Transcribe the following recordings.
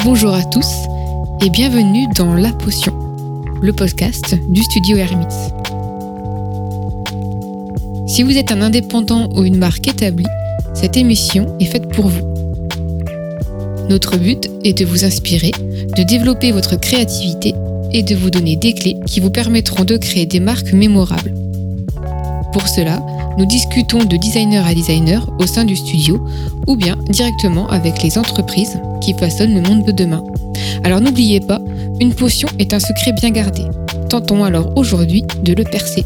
Bonjour à tous et bienvenue dans La Potion, le podcast du studio Hermits. Si vous êtes un indépendant ou une marque établie, cette émission est faite pour vous. Notre but est de vous inspirer, de développer votre créativité et de vous donner des clés qui vous permettront de créer des marques mémorables. Pour cela, nous discutons de designer à designer au sein du studio ou bien directement avec les entreprises qui façonnent le monde de demain. Alors n'oubliez pas, une potion est un secret bien gardé. Tentons alors aujourd'hui de le percer.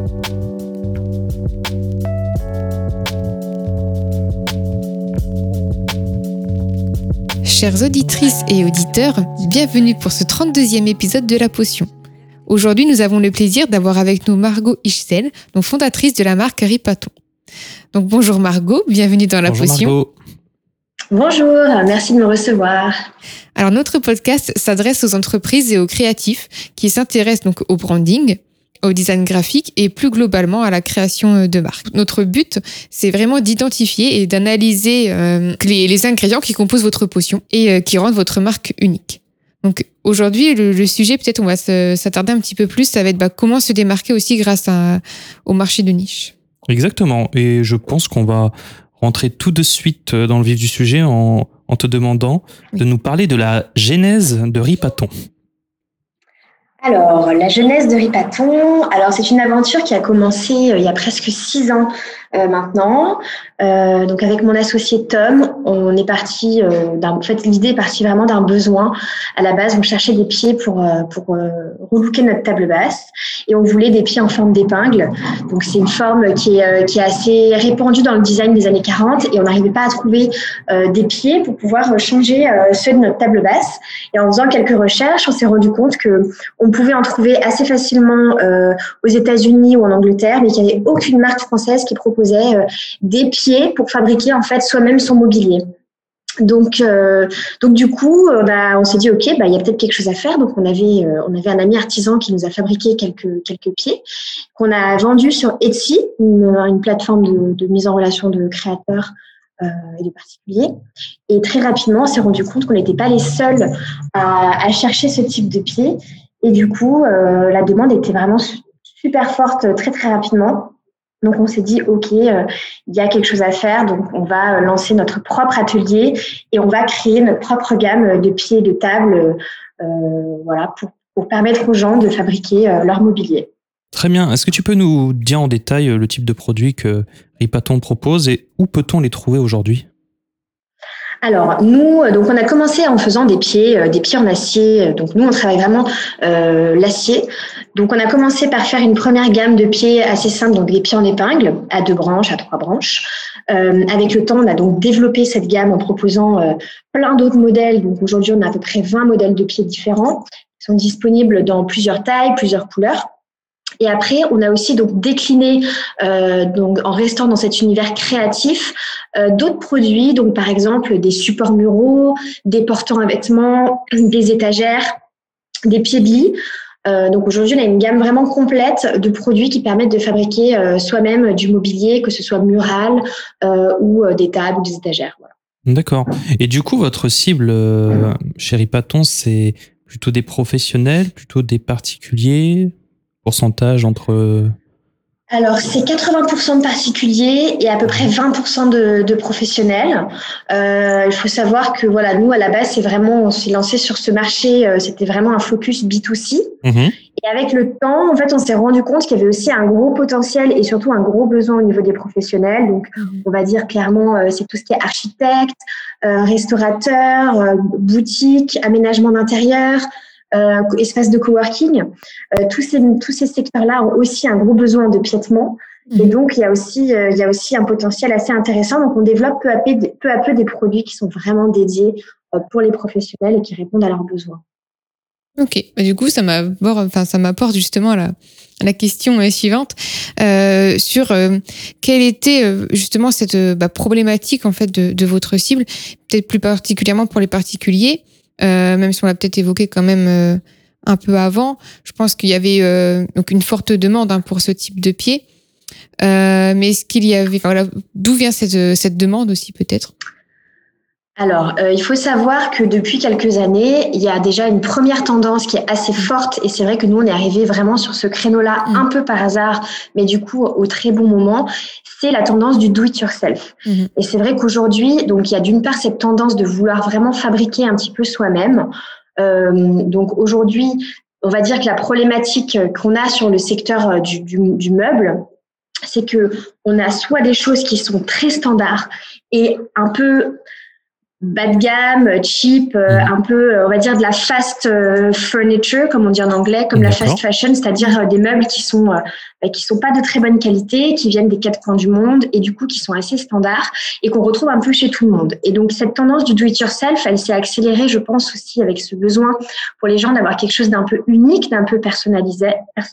Chères auditrices et auditeurs, bienvenue pour ce 32e épisode de La Potion. Aujourd'hui, nous avons le plaisir d'avoir avec nous Margot Ichsel, donc fondatrice de la marque Ripaton. Donc bonjour Margot, bienvenue dans La Potion. Margot. Bonjour, merci de me recevoir. Alors notre podcast s'adresse aux entreprises et aux créatifs qui s'intéressent donc au branding, au design graphique et plus globalement à la création de marques. Notre but, c'est vraiment d'identifier et d'analyser les ingrédients qui composent votre potion et qui rendent votre marque unique. Donc aujourd'hui, le sujet, peut-être on va s'attarder un petit peu plus, ça va être comment se démarquer aussi grâce au marché de niche. Exactement, et je pense qu'on va rentrer tout de suite dans le vif du sujet en te demandant de nous parler de la genèse de Ripaton. Alors, la genèse de Ripaton, c'est une aventure qui a commencé il y a presque 6 ans maintenant. Donc avec mon associé Tom, on est parti l'idée est partie vraiment d'un besoin. À la base, on cherchait des pieds pour relooker notre table basse et on voulait des pieds en forme d'épingle. Donc c'est une forme qui est assez répandue dans le design des années 40 et on n'arrivait pas à trouver des pieds pour pouvoir changer ceux de notre table basse. Et en faisant quelques recherches, on s'est rendu compte que on pouvait en trouver assez facilement aux États-Unis ou en Angleterre, mais qu'il n'y avait aucune marque française qui proposait des pieds pour fabriquer en fait soi-même son mobilier. Donc du coup, on s'est dit ok, il y a peut-être quelque chose à faire. Donc on avait un ami artisan qui nous a fabriqué quelques pieds qu'on a vendus sur Etsy, une plateforme de mise en relation de créateurs et de particuliers. Et très rapidement, on s'est rendu compte qu'on n'était pas les seuls à chercher ce type de pieds. Et du coup, la demande était vraiment super forte très très rapidement. Donc, on s'est dit, OK, il y a quelque chose à faire. Donc, on va lancer notre propre atelier et on va créer notre propre gamme de pieds et de tables pour permettre aux gens de fabriquer leur mobilier. Très bien. Est-ce que tu peux nous dire en détail le type de produits que Ripaton propose et où peut-on les trouver aujourd'hui ? Alors, nous, on a commencé en faisant des pieds en acier. Donc, nous, on travaille vraiment l'acier. Donc, on a commencé par faire une première gamme de pieds assez simple, donc des pieds en épingle, à 2 branches, à 3 branches. Avec le temps, on a donc développé cette gamme en proposant plein d'autres modèles. Donc, aujourd'hui, on a à peu près 20 modèles de pieds différents. Ils sont disponibles dans plusieurs tailles, plusieurs couleurs. Et après, on a aussi donc décliné, en restant dans cet univers créatif, d'autres produits, donc par exemple des supports muraux, des portants à vêtements, des étagères, des pieds de lit. Donc aujourd'hui, on a une gamme vraiment complète de produits qui permettent de fabriquer soi-même du mobilier, que ce soit mural ou des tables ou des étagères. Voilà. D'accord. Et du coup, votre cible chez Ripaton, c'est plutôt des professionnels, plutôt des particuliers ? Pourcentage entre... Alors, c'est 80% de particuliers et à peu près 20% de professionnels. Il faut savoir que nous, à la base, on s'est lancé sur ce marché, c'était vraiment un focus B2C. Et avec le temps, en fait, on s'est rendu compte qu'il y avait aussi un gros potentiel et surtout un gros besoin au niveau des professionnels. Donc, on va dire clairement, c'est tout ce qui est architecte, restaurateur, boutique, aménagement d'intérieur, espace de coworking. Tous ces secteurs-là ont aussi un gros besoin de piétement. Et donc, il y a aussi un potentiel assez intéressant. Donc, on développe peu à peu des produits qui sont vraiment dédiés pour les professionnels et qui répondent à leurs besoins. Ok, du coup, ça m'apporte justement à la question suivante sur quelle était justement cette problématique en fait de votre cible, peut-être plus particulièrement pour les particuliers, même si on l'a peut-être évoqué quand même un peu avant. Je pense qu'il y avait donc une forte demande pour ce type de pied, mais est-ce qu'il y avait, d'où vient cette demande aussi peut-être ? Alors, il faut savoir que depuis quelques années, il y a déjà une première tendance qui est assez forte et c'est vrai que nous, on est arrivé vraiment sur ce créneau-là un peu par hasard, mais du coup, au très bon moment, c'est la tendance du do-it-yourself. Et c'est vrai qu'aujourd'hui, donc, il y a d'une part cette tendance de vouloir vraiment fabriquer un petit peu soi-même. Donc, aujourd'hui, on va dire que la problématique qu'on a sur le secteur du meuble, c'est que on a soit des choses qui sont très standards et un peu bas de gamme, cheap, un peu, on va dire de la fast furniture, comme on dit en anglais, comme la fast fashion, c'est-à-dire des meubles qui sont pas de très bonne qualité, qui viennent des quatre coins du monde et du coup qui sont assez standards et qu'on retrouve un peu chez tout le monde. Et donc cette tendance du do-it-yourself, elle s'est accélérée, je pense aussi avec ce besoin pour les gens d'avoir quelque chose d'un peu unique, d'un peu personnalisé.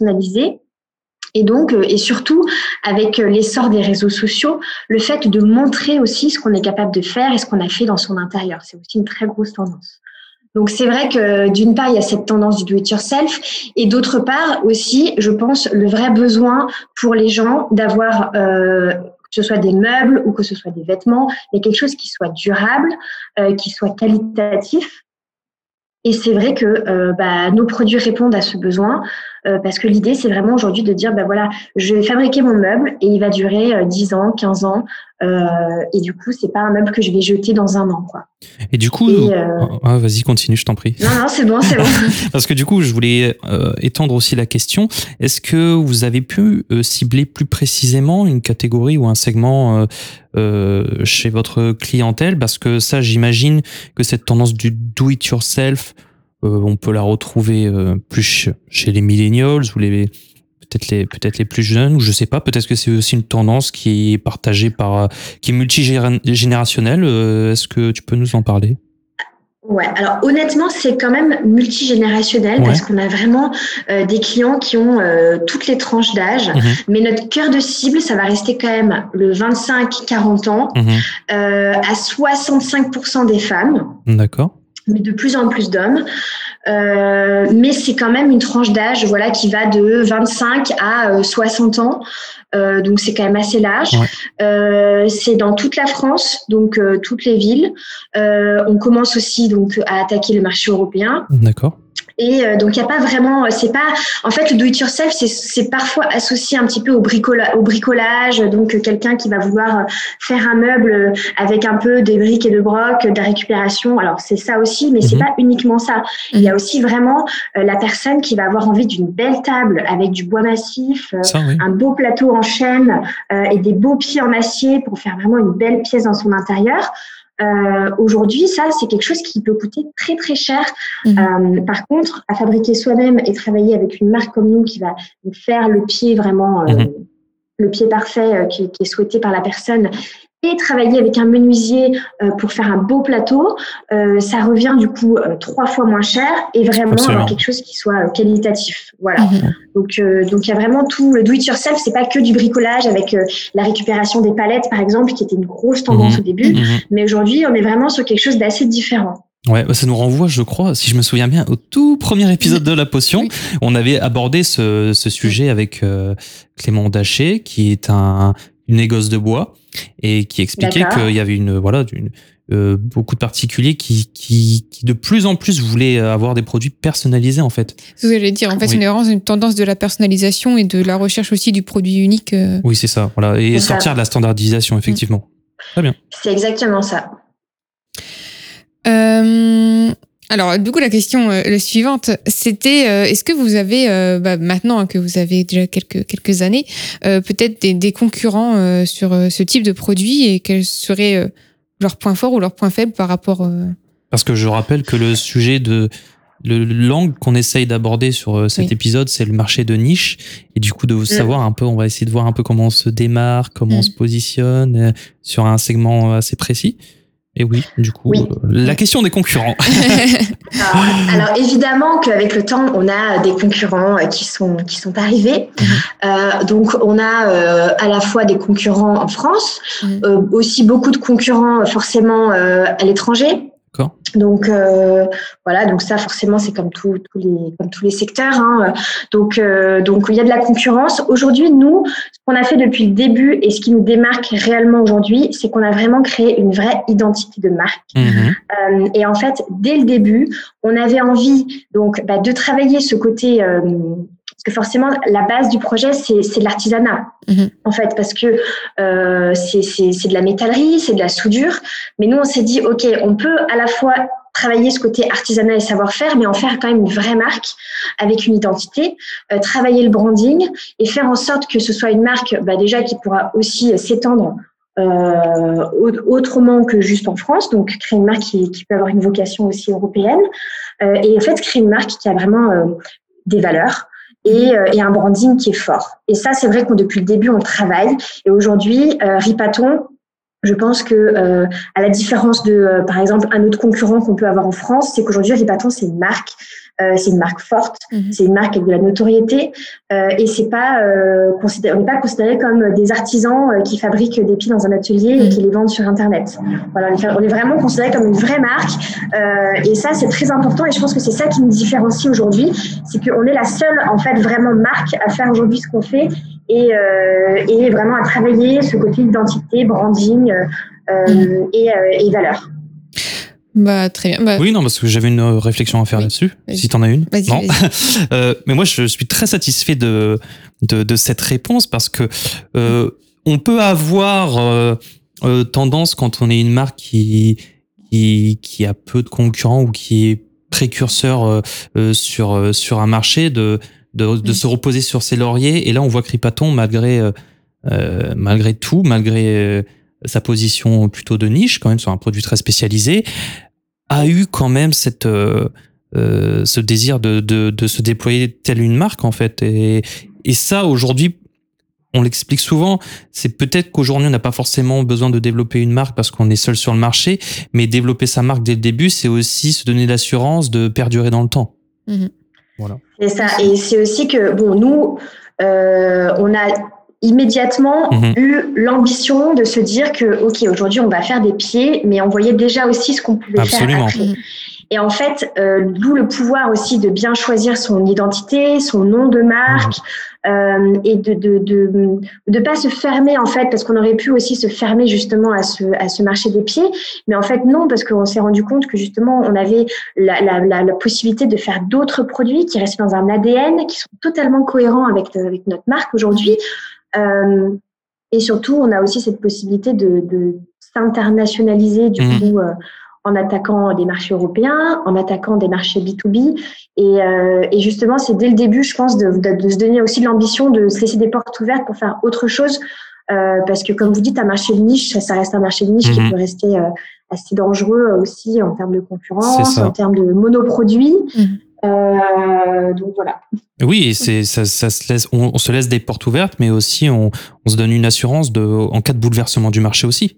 Et donc, et surtout, avec l'essor des réseaux sociaux, le fait de montrer aussi ce qu'on est capable de faire et ce qu'on a fait dans son intérieur. C'est aussi une très grosse tendance. Donc, c'est vrai que d'une part, il y a cette tendance du do-it-yourself et d'autre part aussi, je pense, le vrai besoin pour les gens d'avoir, que ce soit des meubles ou que ce soit des vêtements, mais quelque chose qui soit durable, qui soit qualitatif. Et c'est vrai que nos produits répondent à ce besoin parce que l'idée, c'est vraiment aujourd'hui de dire, voilà, je vais fabriquer mon meuble et il va durer 10 ans, 15 ans. Et du coup, c'est pas un meuble que je vais jeter dans un an, quoi. Et du coup, vas-y, continue, je t'en prie. Non, c'est bon. Parce que du coup, je voulais étendre aussi la question. Est-ce que vous avez pu cibler plus précisément une catégorie ou un segment chez votre clientèle? Parce que ça, j'imagine que cette tendance du do-it-yourself, on peut la retrouver plus chez les millennials ou peut-être les plus jeunes, ou je sais pas, peut-être que c'est aussi une tendance qui est partagée qui est multigénérationnelle. Est-ce que tu peux nous en parler? Ouais, alors honnêtement, c'est quand même multigénérationnel parce qu'on a vraiment des clients qui ont toutes les tranches d'âge, mais notre cœur de cible, ça va rester quand même le 25-40 ans, à 65% des femmes. D'accord. Mais de plus en plus d'hommes. Mais c'est quand même une tranche d'âge qui va de 25 à 60 ans. Donc, c'est quand même assez large. C'est dans toute la France, donc toutes les villes. On commence aussi donc à attaquer le marché européen. D'accord. Et donc, il n'y a pas vraiment, c'est pas, en fait, le do-it-yourself, c'est parfois associé un petit peu au bricolage. Donc, quelqu'un qui va vouloir faire un meuble avec un peu des briques et de broc, de la récupération. Alors, c'est ça aussi, mais c'est pas uniquement ça. Il y a aussi vraiment la personne qui va avoir envie d'une belle table avec du bois massif, un beau plateau en chêne et des beaux pieds en acier pour faire vraiment une belle pièce dans son intérieur. Aujourd'hui, ça, c'est quelque chose qui peut coûter très, très cher. Par contre, à fabriquer soi-même et travailler avec une marque comme nous qui va faire le pied vraiment, le pied parfait qui est souhaité par la personne et travailler avec un menuisier pour faire un beau plateau, ça revient du coup 3 fois moins cher et vraiment avoir quelque chose qui soit qualitatif. Voilà. Donc il y a vraiment tout. Le do-it-yourself, c'est pas que du bricolage avec la récupération des palettes, par exemple, qui était une grosse tendance au début. Mais aujourd'hui, on est vraiment sur quelque chose d'assez différent. Ouais, ça nous renvoie, je crois, si je me souviens bien, au tout premier épisode de La Potion. On avait abordé ce sujet avec Clément Daché, qui est une négoce de bois et qui expliquait qu'il y avait beaucoup de particuliers qui de plus en plus voulaient avoir des produits personnalisés, en fait. C'est ce que j'allais dire. En fait, c'est vraiment une tendance de la personnalisation et de la recherche aussi du produit unique. Oui, c'est ça. Voilà. Et sortir de la standardisation, effectivement. Très bien. C'est exactement ça. Alors, du coup, la question suivante, c'était est-ce que vous avez, maintenant que vous avez déjà quelques années, peut-être des concurrents sur ce type de produit et quels seraient leurs points forts ou leurs points faibles par rapport... Parce que je rappelle que le sujet l'angle qu'on essaye d'aborder sur cet épisode, c'est le marché de niche. Et du coup, de savoir un peu, on va essayer de voir un peu comment on se démarque, comment on se positionne sur un segment assez précis. Et oui, du coup, la question des concurrents. Alors évidemment qu'avec le temps, on a des concurrents qui sont arrivés. Donc on a à la fois des concurrents en France, aussi beaucoup de concurrents forcément à l'étranger. D'accord. Donc voilà, donc ça forcément c'est comme tous les secteurs, hein. Donc il y a de la concurrence. Aujourd'hui, nous, ce qu'on a fait depuis le début et ce qui nous démarque réellement aujourd'hui, c'est qu'on a vraiment créé une vraie identité de marque. Et en fait, dès le début, on avait envie donc de travailler ce côté parce que forcément, la base du projet, c'est de l'artisanat, en fait, parce que c'est de la métallerie, c'est de la soudure. Mais nous, on s'est dit, OK, on peut à la fois travailler ce côté artisanat et savoir-faire, mais en faire quand même une vraie marque avec une identité, travailler le branding et faire en sorte que ce soit une marque déjà qui pourra aussi s'étendre autrement que juste en France, donc créer une marque qui peut avoir une vocation aussi européenne et en fait créer une marque qui a vraiment des valeurs et un branding qui est fort. Et ça, c'est vrai que depuis le début, on travaille. Et aujourd'hui, Ripaton, je pense que à la différence de, par exemple, un autre concurrent qu'on peut avoir en France, c'est qu'aujourd'hui, Ripaton, c'est une marque forte, c'est une marque avec de la notoriété et c'est pas on n'est pas considéré comme des artisans qui fabriquent des pieds dans un atelier et qui les vendent sur Internet. Voilà, on est vraiment considéré comme une vraie marque et ça c'est très important et je pense que c'est ça qui nous différencie aujourd'hui, c'est qu'on est la seule en fait vraiment marque à faire aujourd'hui ce qu'on fait et vraiment à travailler ce côté identité, branding et valeur. Très bien. Oui, non, parce que j'avais une réflexion à faire là-dessus, si t'en as une. Vas-y, non. Vas-y. Mais moi, je suis très satisfait de cette réponse parce que on peut avoir tendance, quand on est une marque qui a peu de concurrents ou qui est précurseur sur un marché, de se reposer sur ses lauriers. Et là, on voit que Ripaton, malgré tout, malgré sa position plutôt de niche, quand même sur un produit très spécialisé, a eu quand même ce désir de se déployer telle une marque en fait. Et ça, aujourd'hui, on l'explique souvent, c'est peut-être qu'aujourd'hui on n'a pas forcément besoin de développer une marque parce qu'on est seul sur le marché, mais développer sa marque dès le début, c'est aussi se donner l'assurance de perdurer dans le temps. Voilà. C'est ça, et c'est aussi que nous, on a immédiatement eu l'ambition de se dire que ok, aujourd'hui on va faire des pieds, mais on voyait déjà aussi ce qu'on pouvait faire après. Et en fait, d'où le pouvoir aussi de bien choisir son identité, son nom de marque, et de pas se fermer en fait, parce qu'on aurait pu aussi se fermer justement à ce marché des pieds, mais en fait non, parce qu'on s'est rendu compte que justement on avait la possibilité de faire d'autres produits qui restent dans un ADN, qui sont totalement cohérents avec notre marque aujourd'hui. Et surtout, on a aussi cette possibilité de s'internationaliser du coup en attaquant des marchés européens, en attaquant des marchés B2B. Et justement, c'est dès le début, je pense, de se donner aussi l'ambition de se laisser des portes ouvertes pour faire autre chose. Parce que comme vous dites, un marché de niche, ça reste un marché de niche qui peut rester assez dangereux aussi en termes de concurrence, en termes de monoproduits. Donc voilà. Oui, ça se laisse, on se laisse des portes ouvertes, mais aussi on se donne une assurance en cas de bouleversement du marché aussi.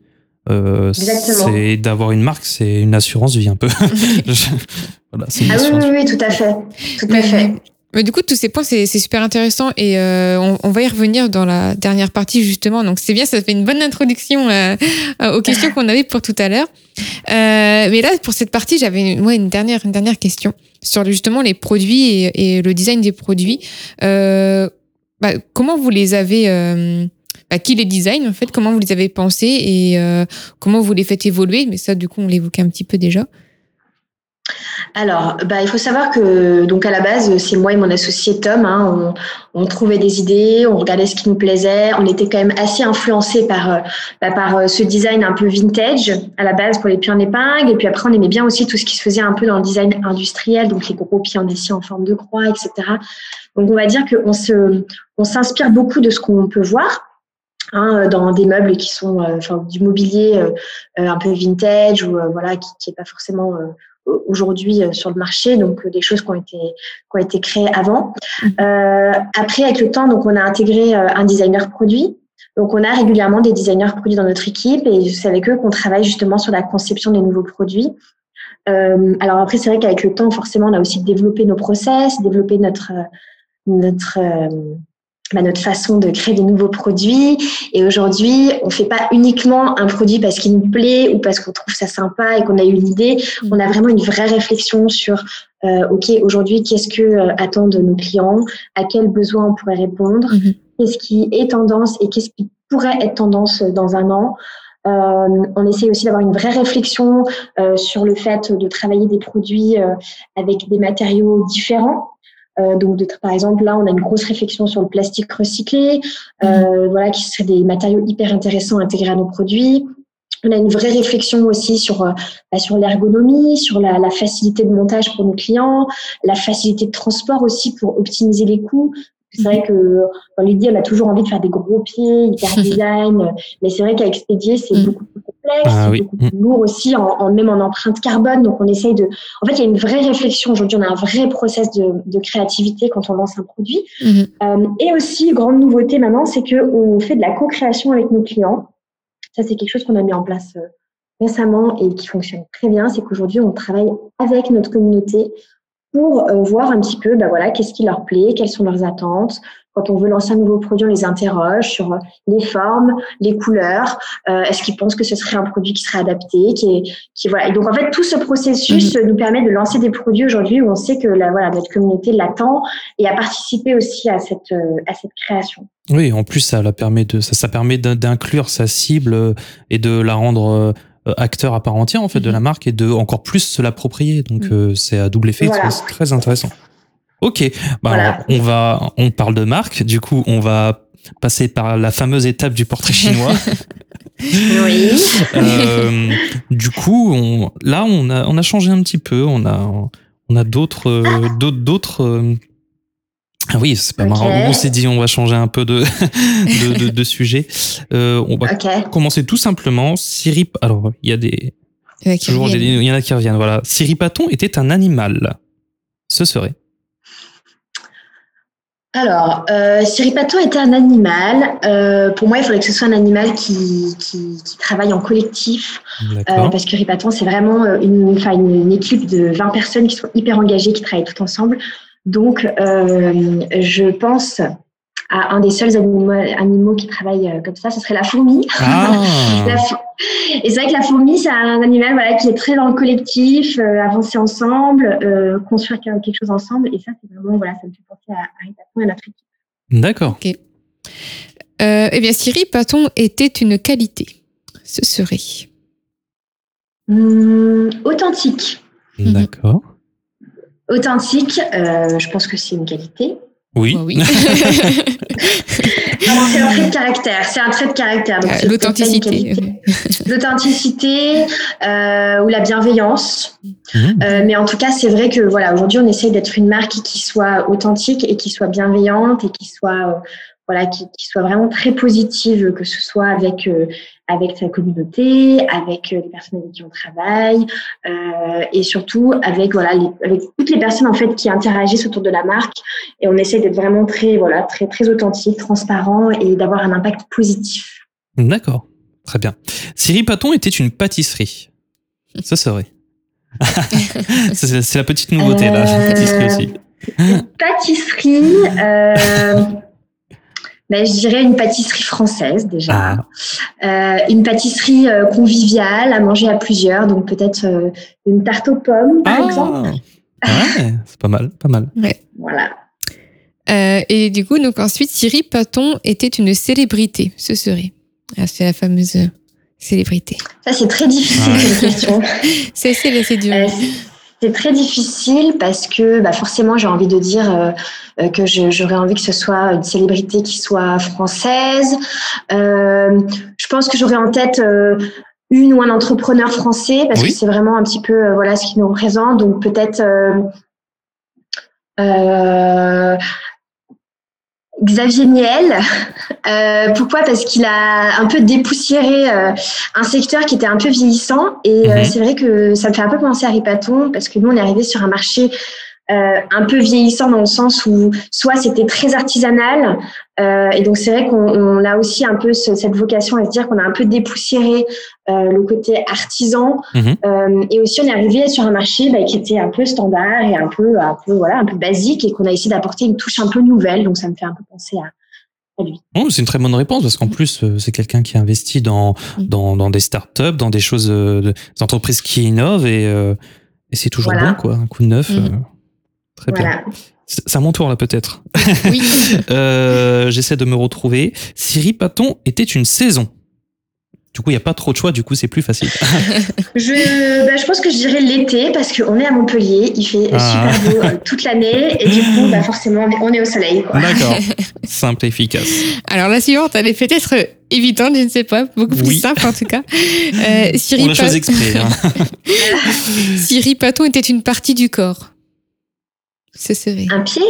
C'est d'avoir une marque, c'est une assurance vie un peu. Voilà, oui, tout à fait, Mais du coup, tous ces points, c'est super intéressant et on va y revenir dans la dernière partie justement. Donc c'est bien, ça fait une bonne introduction aux questions qu'on avait pour tout à l'heure. Mais là, pour cette partie, j'avais une dernière question sur justement les produits et le design des produits. Comment vous les avez qui les design en fait, comment vous les avez pensés et comment vous les faites évoluer, mais ça du coup on l'évoquait un petit peu déjà. Alors, il faut savoir que donc à la base, c'est moi et mon associé Tom. On trouvait des idées, on regardait ce qui nous plaisait. On était quand même assez influencés par ce design un peu vintage à la base pour les pieds en épingle. Et puis après, on aimait bien aussi tout ce qui se faisait un peu dans le design industriel, donc les gros pieds en acier en forme de croix, etc. Donc, on va dire qu'on s'inspire beaucoup de ce qu'on peut voir. Dans des meubles qui sont du mobilier un peu vintage ou qui est pas forcément aujourd'hui sur le marché, donc des choses qui ont été créées avant. Après, avec le temps, donc on a intégré un designer produit. Donc on a régulièrement des designers produits dans notre équipe et c'est avec eux qu'on travaille justement sur la conception des nouveaux produits. Alors après, c'est vrai qu'avec le temps, forcément, on a aussi développé nos process, développé notre notre façon de créer des nouveaux produits. Et aujourd'hui, on fait pas uniquement un produit parce qu'il nous plaît ou parce qu'on trouve ça sympa et qu'on a eu une idée. On a vraiment une vraie réflexion sur OK, aujourd'hui, qu'est-ce que attendent nos clients, à quels besoins on pourrait répondre, qu'est-ce qui est tendance et qu'est-ce qui pourrait être tendance dans un an. On essaie aussi d'avoir une vraie réflexion sur le fait de travailler des produits avec des matériaux différents. Donc, par exemple, là, on a une grosse réflexion sur le plastique recyclé, voilà, qui serait des matériaux hyper intéressants à intégrer à nos produits. On a une vraie réflexion aussi sur l'ergonomie, sur la facilité de montage pour nos clients, la facilité de transport aussi pour optimiser les coûts. C'est vrai que dans l'idée, on a toujours envie de faire des gros pieds, hyper design, mais c'est vrai qu'à expédier, c'est beaucoup plus complexe, beaucoup plus lourd aussi, même en empreinte carbone. Donc, on essaye de... En fait, il y a une vraie réflexion. Aujourd'hui, on a un vrai process de créativité quand on lance un produit. Et aussi, grande nouveauté maintenant, c'est qu'on fait de la co-création avec nos clients. Ça, c'est quelque chose qu'on a mis en place récemment et qui fonctionne très bien. C'est qu'aujourd'hui, on travaille avec notre communauté pour voir un petit peu, voilà, qu'est-ce qui leur plaît, quelles sont leurs attentes. Quand on veut lancer un nouveau produit, on les interroge sur les formes, les couleurs. Est-ce qu'ils pensent que ce serait un produit qui serait adapté, qui voilà. Et donc en fait, tout ce processus nous permet de lancer des produits aujourd'hui où on sait que notre communauté l'attend et a participé aussi à cette création. Oui, en plus ça permet d'inclure sa cible et de la rendre acteur à part entière en fait de la marque et de encore plus se l'approprier. Donc c'est à double effet, voilà. C'est très intéressant. Ok, voilà. Alors, on parle de marque, du coup on va passer par la fameuse étape du portrait chinois. Oui. Du coup, on a changé un petit peu, on a d'autres ah oui, c'est pas marrant. On s'est dit, on va changer un peu de sujet. On va commencer tout simplement. Alors, il y a il y en a qui reviennent. Voilà. Siripaton était un animal. Ce serait. Alors, Siripaton était un animal. Pour moi, il faudrait que ce soit un animal qui travaille en collectif. Parce que Ripaton, c'est vraiment une équipe de 20 personnes qui sont hyper engagées, qui travaillent tout ensemble. Donc, je pense à un des seuls animaux qui travaillent comme ça, ce serait la fourmi. Et c'est vrai que la fourmi, c'est un animal qui est très dans le collectif, avancer ensemble, construire quelque chose ensemble. Et ça, c'est vraiment, ça me fait penser à Ripaton et à notre équipe. D'accord. Ok. Eh bien, si Ripaton était une qualité, ce serait authentique. D'accord. Authentique, je pense que c'est une qualité. Oui. Oui. C'est un trait de caractère. C'est un trait de caractère. Donc l'authenticité. L'authenticité ou la bienveillance. Mais en tout cas, c'est vrai que aujourd'hui, on essaye d'être une marque qui soit authentique et qui soit bienveillante et qui soit qui soit vraiment très positive, que ce soit avec sa communauté, avec les personnes avec qui on travaille, et surtout avec toutes les personnes en fait qui interagissent autour de la marque. Et on essaie d'être vraiment très très authentique, transparent et d'avoir un impact positif. D'accord, très bien. Si Ripaton était une pâtisserie, ce serait. C'est la petite nouveauté là, la pâtisserie aussi. Une pâtisserie. Je dirais une pâtisserie française déjà, une pâtisserie conviviale à manger à plusieurs, donc peut-être une tarte aux pommes par exemple. Ouais, c'est pas mal. Ouais. Voilà. Et du coup, donc ensuite, si Ripaton était une célébrité, ce serait. C'est la fameuse célébrité. Ça c'est très difficile cette question. C'est dur. C'est très difficile parce que forcément, j'ai envie de dire que j'aurais envie que ce soit une célébrité qui soit française. Je pense que j'aurais en tête une ou un entrepreneur français parce que c'est vraiment un petit peu ce qui nous représente. Donc peut-être Xavier Niel. Pourquoi ? Parce qu'il a un peu dépoussiéré un secteur qui était un peu vieillissant. Et c'est vrai que ça me fait un peu penser à Ripaton parce que nous, on est arrivé sur un marché un peu vieillissant dans le sens où soit c'était très artisanal et donc c'est vrai qu'on a aussi un peu cette vocation à se dire qu'on a un peu dépoussiéré le côté artisan et aussi on est arrivé sur un marché qui était un peu standard et un peu basique et qu'on a essayé d'apporter une touche un peu nouvelle, donc ça me fait un peu penser produits. Oh, c'est une très bonne réponse parce qu'en plus, c'est quelqu'un qui investit dans des startups, dans des choses, des entreprises qui innovent et c'est toujours bon, quoi. Un coup de neuf. Très bien. C'est à mon tour, là, peut-être. Oui. J'essaie de me retrouver. Si Ripaton était une saison. Du coup, il n'y a pas trop de choix, du coup, c'est plus facile. Je pense que je dirais l'été, parce qu'on est à Montpellier, il fait super beau toute l'année, et du coup, forcément, on est au soleil, quoi. D'accord. Simple et efficace. Alors, la suivante, elle est peut-être évidente, je ne sais pas, beaucoup plus simple en tout cas. On l'a choisi exprès. Hein. Si Ripaton était une partie du corps, ce serait... Un pied.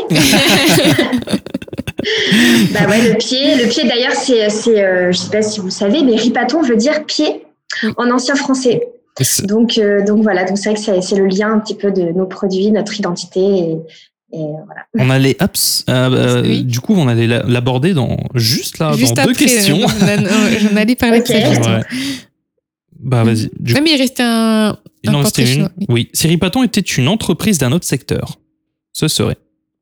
Le pied d'ailleurs, c'est je sais pas si vous savez, mais Ripaton veut dire pied en ancien français. Donc voilà, donc c'est vrai que c'est le lien un petit peu de nos produits, notre identité et voilà. On allait du coup on allait l'aborder juste dans après, deux questions. J'en allais parler de ça justement. Ouais. Vas-y. Mais il restait un non, c'était une. Choix. Oui. Si Ripaton était une entreprise d'un autre secteur, ce serait.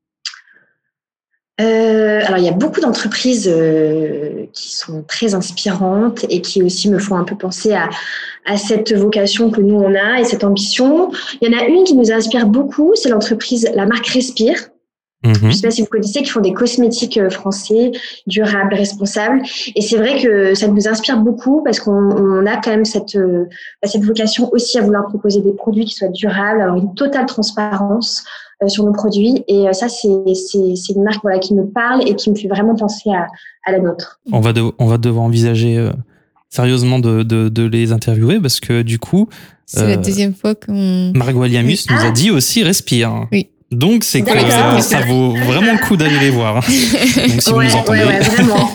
Alors, il y a beaucoup d'entreprises qui sont très inspirantes et qui aussi me font un peu penser à cette vocation que nous, on a et cette ambition. Il y en a une qui nous inspire beaucoup, c'est la marque Respire. Je ne sais pas si vous connaissez, qui font des cosmétiques français, durables, responsables. Et c'est vrai que ça nous inspire beaucoup parce qu'on a quand même cette vocation aussi à vouloir proposer des produits qui soient durables, avoir une totale transparence sur nos produits. Et ça, c'est une marque qui me parle et qui me fait vraiment penser à la nôtre. On va devoir envisager sérieusement de les interviewer parce que du coup... C'est la deuxième fois qu'on... Marc Gualiamus nous a dit aussi Respire. Oui. Donc, c'est que ça vaut vraiment le coup d'aller les voir. Donc, si vous nous entendez. Ouais, vraiment.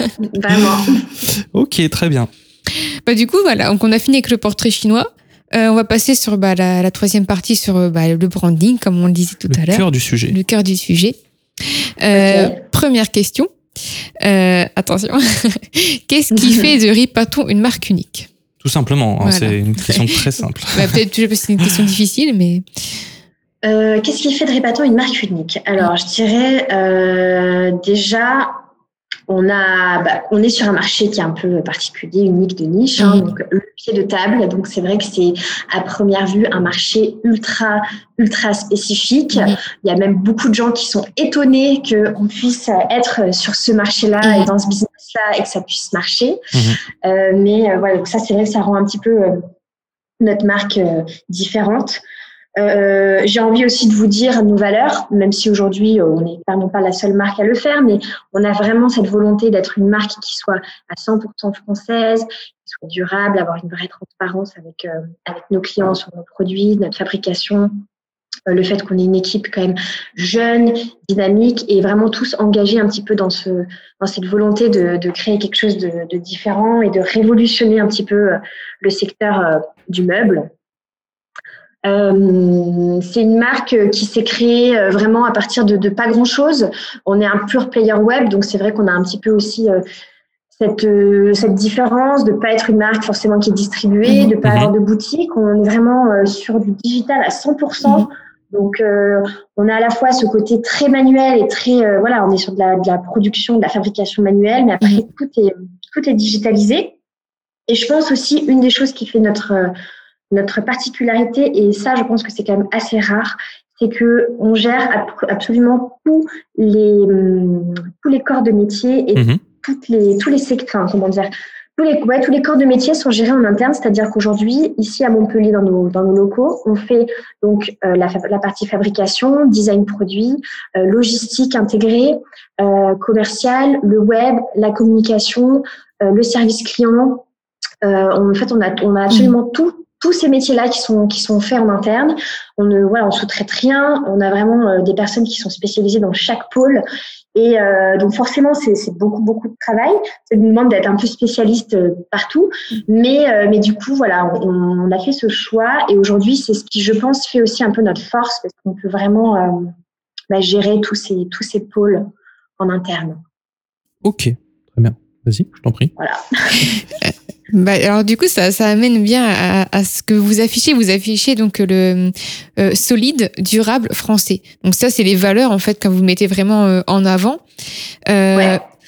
Ok, très bien. Du coup, voilà. Donc, on a fini avec le portrait chinois. On va passer sur la troisième partie sur le branding, comme on le disait tout à l'heure. Le cœur du sujet. Le cœur du sujet. Première question. Attention. Qu'est-ce qui fait de Ripaton une marque unique? Tout simplement. Voilà. C'est une question très simple. Peut-être, je sais pas si c'est une question difficile, mais... Qu'est-ce qui fait de Ripaton une marque unique? Alors, je dirais déjà, on est sur un marché qui est un peu particulier, unique, de niche, donc le pied de table. Donc, c'est vrai que c'est à première vue un marché ultra spécifique. Il y a même beaucoup de gens qui sont étonnés qu'on puisse être sur ce marché-là et dans ce business-là et que ça puisse marcher. Mais voilà, donc ça, c'est vrai que ça rend un petit peu notre marque différente. J'ai envie aussi de vous dire nos valeurs, même si aujourd'hui on n'est clairement pas la seule marque à le faire, mais on a vraiment cette volonté d'être une marque qui soit à 100% française, qui soit durable, avoir une vraie transparence avec nos clients sur nos produits, notre fabrication, le fait qu'on ait une équipe quand même jeune, dynamique et vraiment tous engagés un petit peu dans cette volonté de créer quelque chose de différent et de révolutionner un petit peu le secteur du meuble. C'est une marque qui s'est créée vraiment à partir de pas grand-chose. On est un pure player web, donc c'est vrai qu'on a un petit peu aussi cette différence de pas être une marque forcément qui est distribuée, de pas avoir de boutique. On est vraiment sur du digital à 100%. Donc on a à la fois ce côté très manuel et très on est sur de la production, de la fabrication manuelle, mais après tout est digitalisé. Et je pense aussi une des choses qui fait notre particularité, et ça, je pense que c'est quand même assez rare, c'est que on gère absolument tous les corps de métier et tous les secteurs, tous les corps de métier sont gérés en interne, c'est-à-dire qu'aujourd'hui, ici à Montpellier, dans nos locaux, on fait donc la partie fabrication, design produit, logistique intégrée, commercial, le web, la communication, le service client. En fait, on a absolument tous ces métiers-là qui sont faits en interne. On sous-traite rien. On a vraiment des personnes qui sont spécialisées dans chaque pôle. Et donc forcément, c'est beaucoup de travail. Ça nous demande d'être un peu spécialiste partout. Mais du coup, voilà, on a fait ce choix. Et aujourd'hui, c'est ce qui, je pense, fait aussi un peu notre force parce qu'on peut vraiment gérer tous ces pôles en interne. Ok, très bien. Vas-y, je t'en prie. Voilà. Alors du coup, ça amène bien à ce que vous affichez. Vous affichez donc le solide, durable, français. Donc ça, c'est les valeurs en fait que vous mettez vraiment en avant.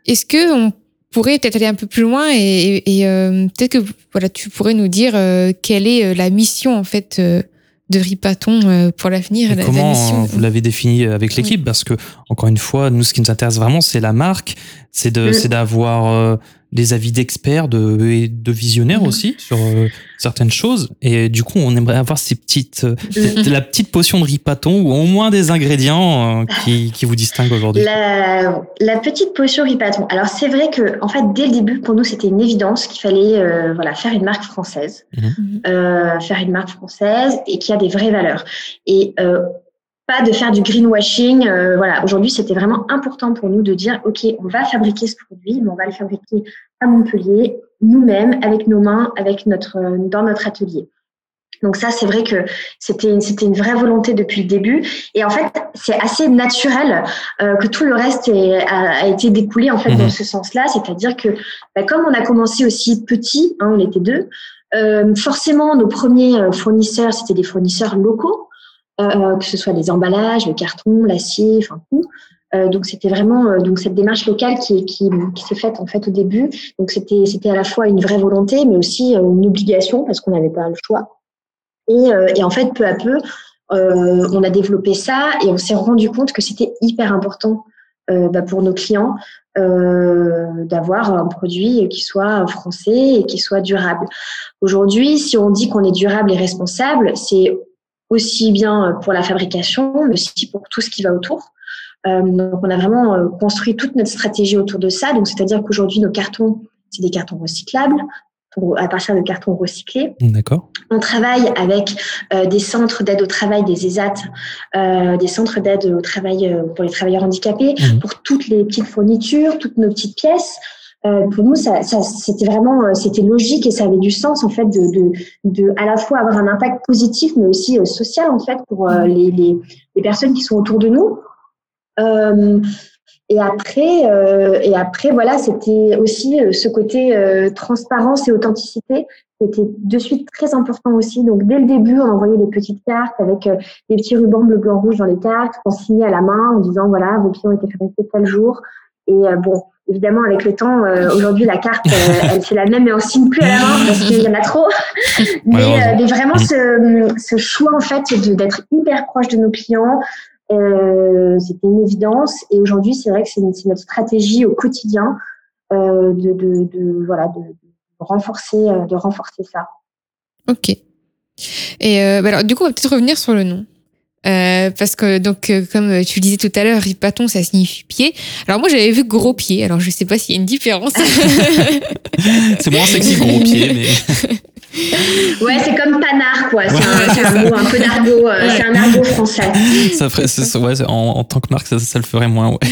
est-ce que on pourrait peut-être aller un peu plus loin et peut-être que voilà, tu pourrais nous dire quelle est la mission en fait de Ripaton pour l'avenir. Et comment vous l'avez défini avec l'équipe? Parce que encore une fois, nous, ce qui nous intéresse vraiment, c'est la marque, c'est d'avoir les avis d'experts, et de visionnaires aussi sur certaines choses. Et du coup, on aimerait avoir la petite potion de Ripaton ou au moins des ingrédients qui vous distinguent aujourd'hui. La petite potion Ripaton. Alors, c'est vrai que, en fait, dès le début, pour nous, c'était une évidence qu'il fallait, faire une marque française. Faire une marque française et qui a des vraies valeurs. Et, pas de faire du greenwashing. Voilà. Aujourd'hui, c'était vraiment important pour nous de dire, OK, on va fabriquer ce produit, mais on va le fabriquer à Montpellier, nous-mêmes, avec nos mains, dans notre atelier. Donc ça, c'est vrai que c'était une vraie volonté depuis le début. Et en fait, c'est assez naturel que tout le reste a été découlé en fait dans ce sens-là. C'est-à-dire que comme on a commencé aussi petit, on était 2, forcément, nos premiers fournisseurs, c'était des fournisseurs locaux. Que ce soit les emballages, le carton, l'acier, enfin tout. Donc c'était vraiment cette démarche locale qui s'est faite en fait au début. Donc c'était à la fois une vraie volonté, mais aussi une obligation parce qu'on n'avait pas le choix. Et en fait peu à peu, on a développé ça et on s'est rendu compte que c'était hyper important pour nos clients d'avoir un produit qui soit français et qui soit durable. Aujourd'hui, si on dit qu'on est durable et responsable, c'est aussi bien pour la fabrication, mais aussi pour tout ce qui va autour. Donc, on a vraiment construit toute notre stratégie autour de ça. Donc, c'est-à-dire qu'aujourd'hui, nos cartons, c'est des cartons recyclables, à partir de cartons recyclés. D'accord. On travaille avec des centres d'aide au travail, des ESAT, des centres d'aide au travail pour les travailleurs handicapés, pour toutes les petites fournitures, toutes nos petites pièces. Pour nous, c'était logique et ça avait du sens en fait de à la fois avoir un impact positif, mais aussi social en fait pour les personnes qui sont autour de nous. Et après, voilà, c'était aussi ce côté transparence et authenticité qui était de suite très important aussi. Donc dès le début, on envoyait des petites cartes avec des petits rubans bleu, blanc, rouge dans les cartes qu'on signait à la main en disant voilà, vos pieds ont été fabriqués tel jour. Et bon. Évidemment, avec le temps, aujourd'hui, la carte, elle c'est la même, mais on signe plus à la main parce qu'il y en a trop. Mais vraiment, ce choix, en fait, d'être hyper proche de nos clients, c'était une évidence. Et aujourd'hui, c'est vrai que c'est notre stratégie au quotidien de renforcer ça. Ok. Et alors, du coup, on va peut-être revenir sur le nom. Parce que donc comme tu le disais tout à l'heure, Ripaton ça signifie pied. Alors moi j'avais vu gros pied. Alors je sais pas s'il y a une différence. C'est moins sexy gros pied, mais ouais, c'est comme panard quoi. C'est un mot un peu d'argot. C'est un argot français. Ça ferait, en tant que marque ça le ferait moins. Ouais.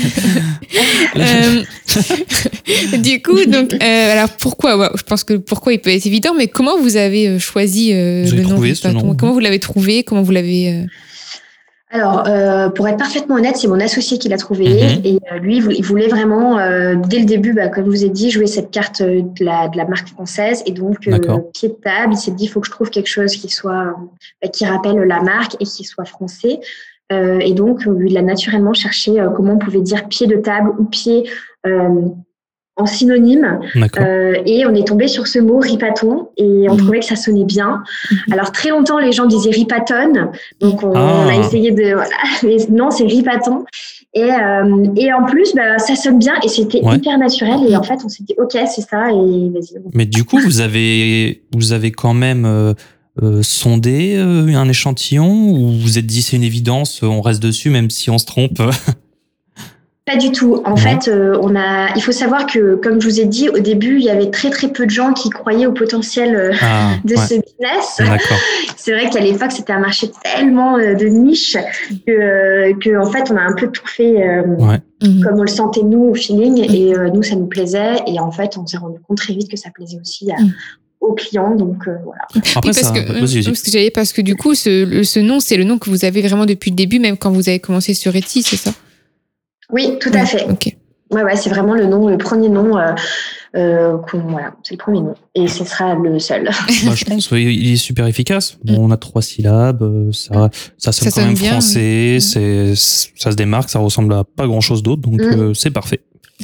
Du coup donc alors pourquoi je pense que pourquoi il peut être évident, mais comment vous avez choisi le nom Ripaton? Comment vous l'avez trouvé? Comment vous l'avez Alors, pour être parfaitement honnête, c'est mon associé qui l'a trouvé. Et lui, il voulait vraiment, dès le début, comme je vous ai dit, jouer cette carte de la marque française. Et donc, pied de table, il s'est dit, il faut que je trouve quelque chose qui rappelle la marque et qui soit français. Et donc, il a naturellement cherché comment on pouvait dire pied de table ou pied en synonyme. Et on est tombé sur ce mot Ripaton et on trouvait que ça sonnait bien. Alors très longtemps les gens disaient Ripaton, donc on a essayé mais non, c'est Ripaton. Et en plus ça sonne bien et c'était hyper naturel et en fait on s'est dit ok, c'est ça et vas-y. Mais du coup vous avez quand même sondé un échantillon ou vous vous êtes dit c'est une évidence, on reste dessus même si on se trompe? Pas du tout. En fait, il faut savoir que, comme je vous ai dit, au début, il y avait très, très peu de gens qui croyaient au potentiel de ce business. D'accord. C'est vrai qu'à l'époque, c'était un marché tellement de niche que, en fait, on a un peu tout fait comme on le sentait, nous, au feeling. Et nous, ça nous plaisait. Et en fait, on s'est rendu compte très vite que ça plaisait aussi aux clients. Donc, voilà. Après, parce que du coup, ce nom, c'est le nom que vous avez vraiment depuis le début, même quand vous avez commencé sur Etsy, c'est ça? Oui, tout à fait. Okay. Ouais, c'est vraiment le premier nom. C'est le premier nom. Et ce sera le seul. Je pense qu'il est super efficace. Bon, on a 3 syllabes, ça sonne quand même bien, français, ça se démarque, ça ressemble à pas grand chose d'autre, donc c'est parfait.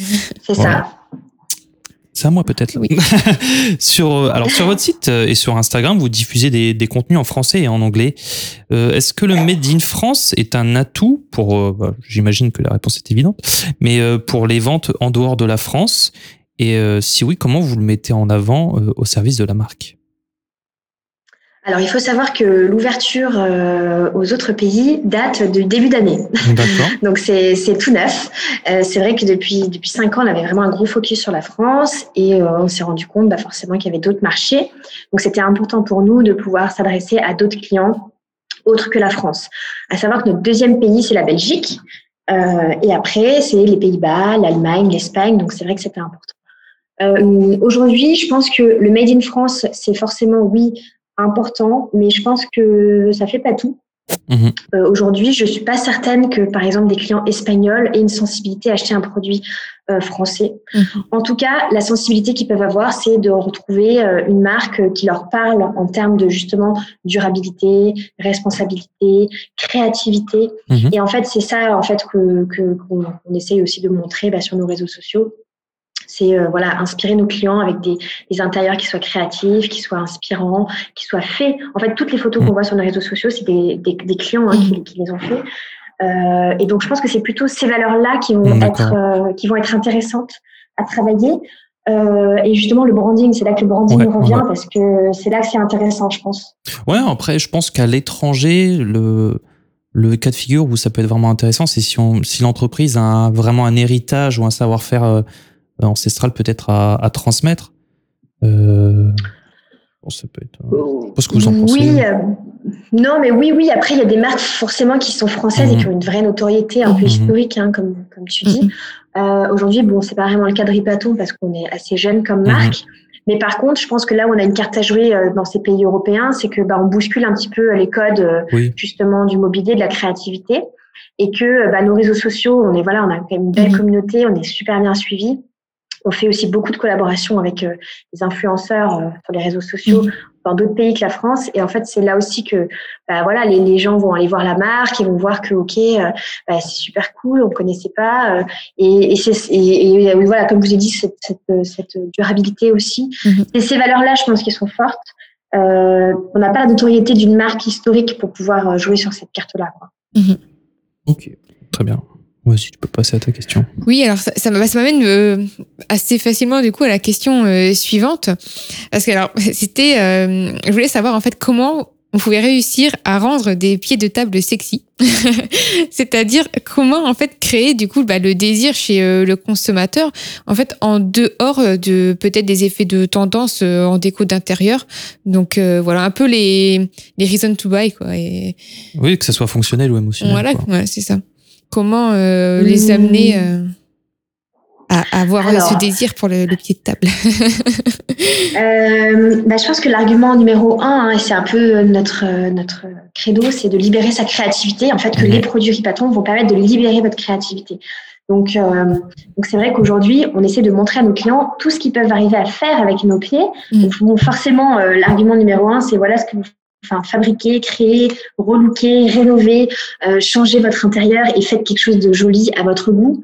C'est Voilà. ça. C'est à moi peut-être. Oui. sur votre site et sur Instagram, vous diffusez des contenus en français et en anglais. Est-ce que le Made in France est un atout pour, j'imagine que la réponse est évidente, mais pour les ventes en dehors de la France? Et si oui, comment vous le mettez en avant au service de la marque? Alors, il faut savoir que l'ouverture aux autres pays date du début d'année. D'accord. Donc, c'est tout neuf. C'est vrai que depuis 5 ans, on avait vraiment un gros focus sur la France et on s'est rendu compte forcément qu'il y avait d'autres marchés. Donc, c'était important pour nous de pouvoir s'adresser à d'autres clients autres que la France. À savoir que notre deuxième pays, c'est la Belgique. Et après, c'est les Pays-Bas, l'Allemagne, l'Espagne. Donc, c'est vrai que c'était important. Aujourd'hui, je pense que le Made in France, c'est forcément, oui, important, mais je pense que ça fait pas tout. Aujourd'hui, je suis pas certaine que, par exemple, des clients espagnols aient une sensibilité à acheter un produit français. En tout cas, la sensibilité qu'ils peuvent avoir, c'est de retrouver une marque qui leur parle en termes de justement durabilité, responsabilité, créativité. Et en fait, c'est ça en fait qu'on essaye aussi de montrer sur nos réseaux sociaux. C'est inspirer nos clients avec des intérieurs qui soient créatifs, qui soient inspirants, qui soient faits. En fait, toutes les photos qu'on voit sur nos réseaux sociaux, c'est des clients qui les ont fait. Et donc, je pense que c'est plutôt ces valeurs-là qui vont être intéressantes à travailler. Et justement, le branding, c'est là que le branding revient parce que c'est là que c'est intéressant, je pense. Ouais, après, je pense qu'à l'étranger, le cas de figure où ça peut être vraiment intéressant, c'est si l'entreprise a vraiment un héritage ou un savoir-faire ancestral peut-être à transmettre. Ça peut être. Je sais pas ce que vous en pensez. Oui, non, mais oui. Après, il y a des marques forcément qui sont françaises et qui ont une vraie notoriété un peu historique, comme tu dis. Aujourd'hui, c'est pas vraiment le cas de Ripaton parce qu'on est assez jeune comme marque. Mais par contre, je pense que là où on a une carte à jouer dans ces pays européens, c'est que on bouscule un petit peu les codes justement du mobilier, de la créativité, et que nos réseaux sociaux, on a quand même une belle communauté, on est super bien suivis. On fait aussi beaucoup de collaborations avec les influenceurs sur les réseaux sociaux dans d'autres pays que la France. Et en fait, c'est là aussi que les gens vont aller voir la marque et vont voir que c'est super cool, on connaissait pas. Et voilà, comme je vous ai dit, cette durabilité aussi. Et ces valeurs-là, je pense qu'elles sont fortes. On n'a pas la notoriété d'une marque historique pour pouvoir jouer sur cette carte-là, quoi. Ok, très bien. Vas-y, tu peux passer à ta question. Oui, alors ça m'amène assez facilement du coup à la question suivante, parce que alors je voulais savoir en fait comment on pouvait réussir à rendre des pieds de table sexy, c'est-à-dire comment en fait créer du coup le désir chez le consommateur, en fait en dehors de peut-être des effets de tendance en déco d'intérieur. Donc voilà un peu les reasons to buy quoi. Et... Oui, que ça soit fonctionnel ou émotionnel. Voilà, ouais, c'est ça. Comment les amener à avoir ce désir pour le pied de table? Je pense que l'argument numéro 1, et c'est un peu notre credo, c'est de libérer sa créativité. En fait, que les produits Ripaton vont permettre de libérer votre créativité. Donc c'est vrai qu'aujourd'hui, on essaie de montrer à nos clients tout ce qu'ils peuvent arriver à faire avec nos pieds. Donc, forcément, l'argument numéro 1, c'est voilà ce que vous fabriquer, créer, relooker, rénover, changer votre intérieur et faites quelque chose de joli à votre goût.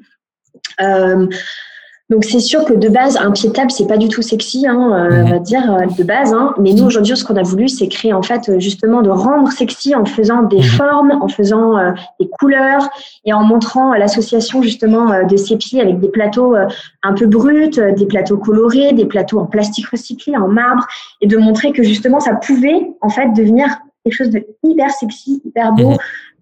Donc c'est sûr que de base, un pied de table, c'est pas du tout sexy, on va dire de base. Mais nous aujourd'hui, ce qu'on a voulu, c'est créer en fait justement de rendre sexy en faisant des formes, en faisant des couleurs et en montrant l'association justement de ces pieds avec des plateaux un peu bruts, des plateaux colorés, des plateaux en plastique recyclé, en marbre, et de montrer que justement ça pouvait en fait devenir quelque chose de hyper sexy, hyper beau.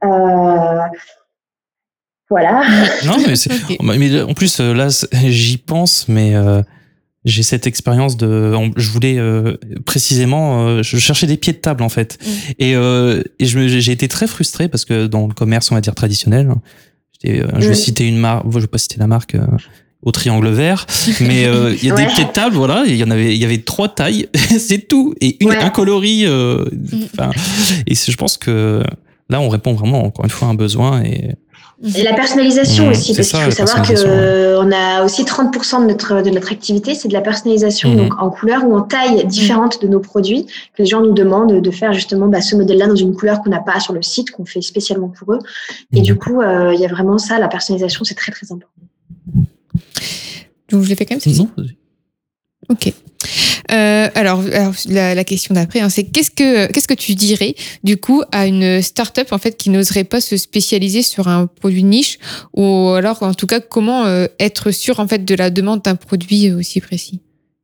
Voilà. Non, mais en plus, là, j'y pense, mais j'ai cette expérience je voulais précisément, je cherchais des pieds de table, en fait. Et j'ai été très frustré parce que dans le commerce, on va dire traditionnel, je vais citer une marque, je vais pas citer la marque, au triangle vert, mais il y a des pieds de table, voilà, il y avait 3 tailles, c'est tout, et un coloris, et je pense que là, on répond vraiment, encore une fois, à un besoin et la personnalisation aussi, parce qu'il faut savoir qu'on a aussi 30% de notre activité, c'est de la personnalisation, donc en couleur ou en taille différente de nos produits, que les gens nous demandent de faire justement ce modèle-là dans une couleur qu'on n'a pas sur le site, qu'on fait spécialement pour eux. Et du coup, il y a vraiment ça, la personnalisation, c'est très très important. Donc je l'ai fait quand même, c'est Non. Ok. Alors la question d'après, hein, c'est qu'est-ce que tu dirais du coup à une start-up en fait qui n'oserait pas se spécialiser sur un produit niche, ou alors en tout cas comment être sûr en fait de la demande d'un produit aussi précis?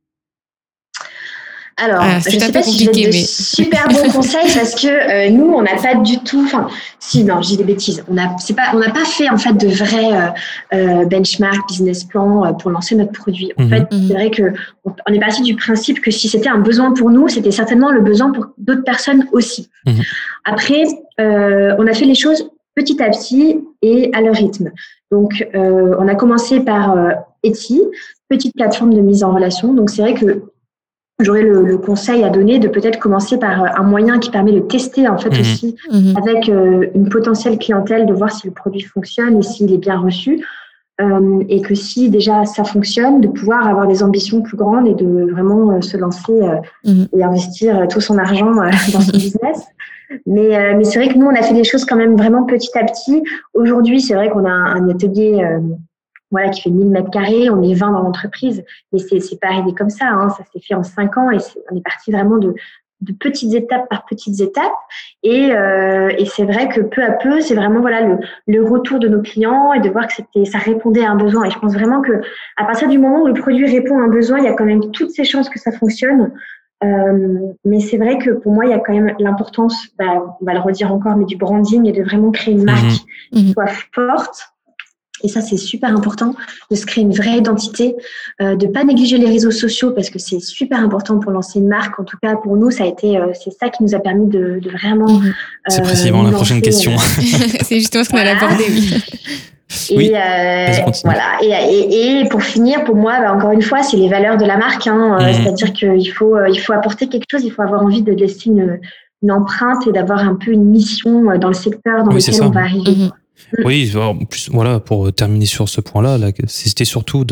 Alors, je ne sais pas si je vais être de super bons conseils parce que nous, on n'a pas du tout. Enfin, si, non, je dis des bêtises. On n'a pas fait en fait de vrai benchmark, business plan pour lancer notre produit. En fait, c'est vrai que on est parti du principe que si c'était un besoin pour nous, c'était certainement le besoin pour d'autres personnes aussi. Après, on a fait les choses petit à petit et à leur rythme. Donc, on a commencé par Etsy, petite plateforme de mise en relation. Donc, c'est vrai que j'aurais le conseil à donner de peut-être commencer par un moyen qui permet de tester en fait aussi avec une potentielle clientèle, de voir si le produit fonctionne et s'il est bien reçu. Et que si déjà ça fonctionne, de pouvoir avoir des ambitions plus grandes et de vraiment se lancer et investir tout son argent dans son business. Mais c'est vrai que nous, on a fait des choses quand même vraiment petit à petit. Aujourd'hui, c'est vrai qu'on a un atelier qui fait 1000 mètres carrés, on est 20 dans l'entreprise, mais c'est pas arrivé comme ça, hein, ça s'est fait en 5 ans et on est parti vraiment de petites étapes par petites étapes et c'est vrai que peu à peu, c'est vraiment le retour de nos clients et de voir que ça répondait à un besoin. Et je pense vraiment que à partir du moment où le produit répond à un besoin, il y a quand même toutes ces chances que ça fonctionne. Mais c'est vrai que pour moi, il y a quand même l'importance, on va le redire encore, mais du branding et de vraiment créer une marque qui soit forte. Et ça, c'est super important de se créer une vraie identité, de pas négliger les réseaux sociaux parce que c'est super important pour lancer une marque. En tout cas, pour nous, ça a été, c'est ça qui nous a permis de vraiment. C'est précisément la prochaine question. C'est justement ce qu'on allait aborder. Oui. Et voilà. Et pour finir, pour moi, encore une fois, c'est les valeurs de la marque. C'est-à-dire qu'il faut apporter quelque chose. Il faut avoir envie de laisser une empreinte et d'avoir un peu une mission dans le secteur dans lequel on va arriver. Oui, en plus, voilà, pour terminer sur ce point-là, c'était surtout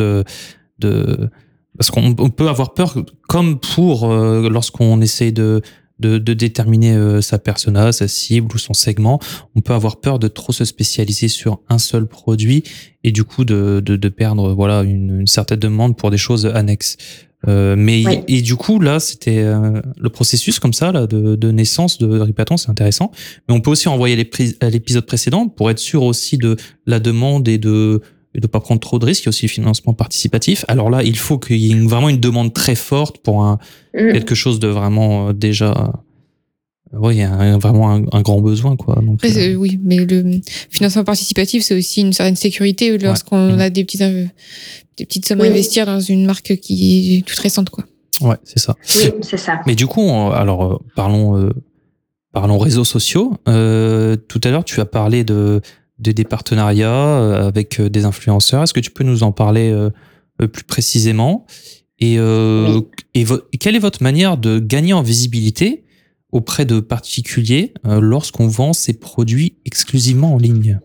parce qu'on peut avoir peur, comme lorsqu'on essaie de déterminer sa persona, sa cible ou son segment, on peut avoir peur de trop se spécialiser sur un seul produit et du coup de perdre une certaine demande pour des choses annexes. Et du coup là c'était le processus comme ça là de naissance de Ripaton, c'est intéressant, mais on peut aussi envoyer l'épisode précédent pour être sûr aussi de la demande et de pas prendre trop de risques. Il y a aussi le financement participatif. Alors là il faut qu'il y ait vraiment une demande très forte pour quelque chose de vraiment déjà il y a vraiment un grand besoin quoi. Donc, après, oui, mais le financement participatif c'est aussi une certaine sécurité lorsqu'on a des petites sommes à investir dans une marque qui est toute récente quoi. Ouais, c'est ça. Oui, c'est ça. Mais du coup, alors parlons réseaux sociaux. Tout à l'heure, tu as parlé des partenariats avec des influenceurs. Est-ce que tu peux nous en parler plus précisément? Et quelle est votre manière de gagner en visibilité auprès de particuliers lorsqu'on vend ses produits exclusivement en ligne?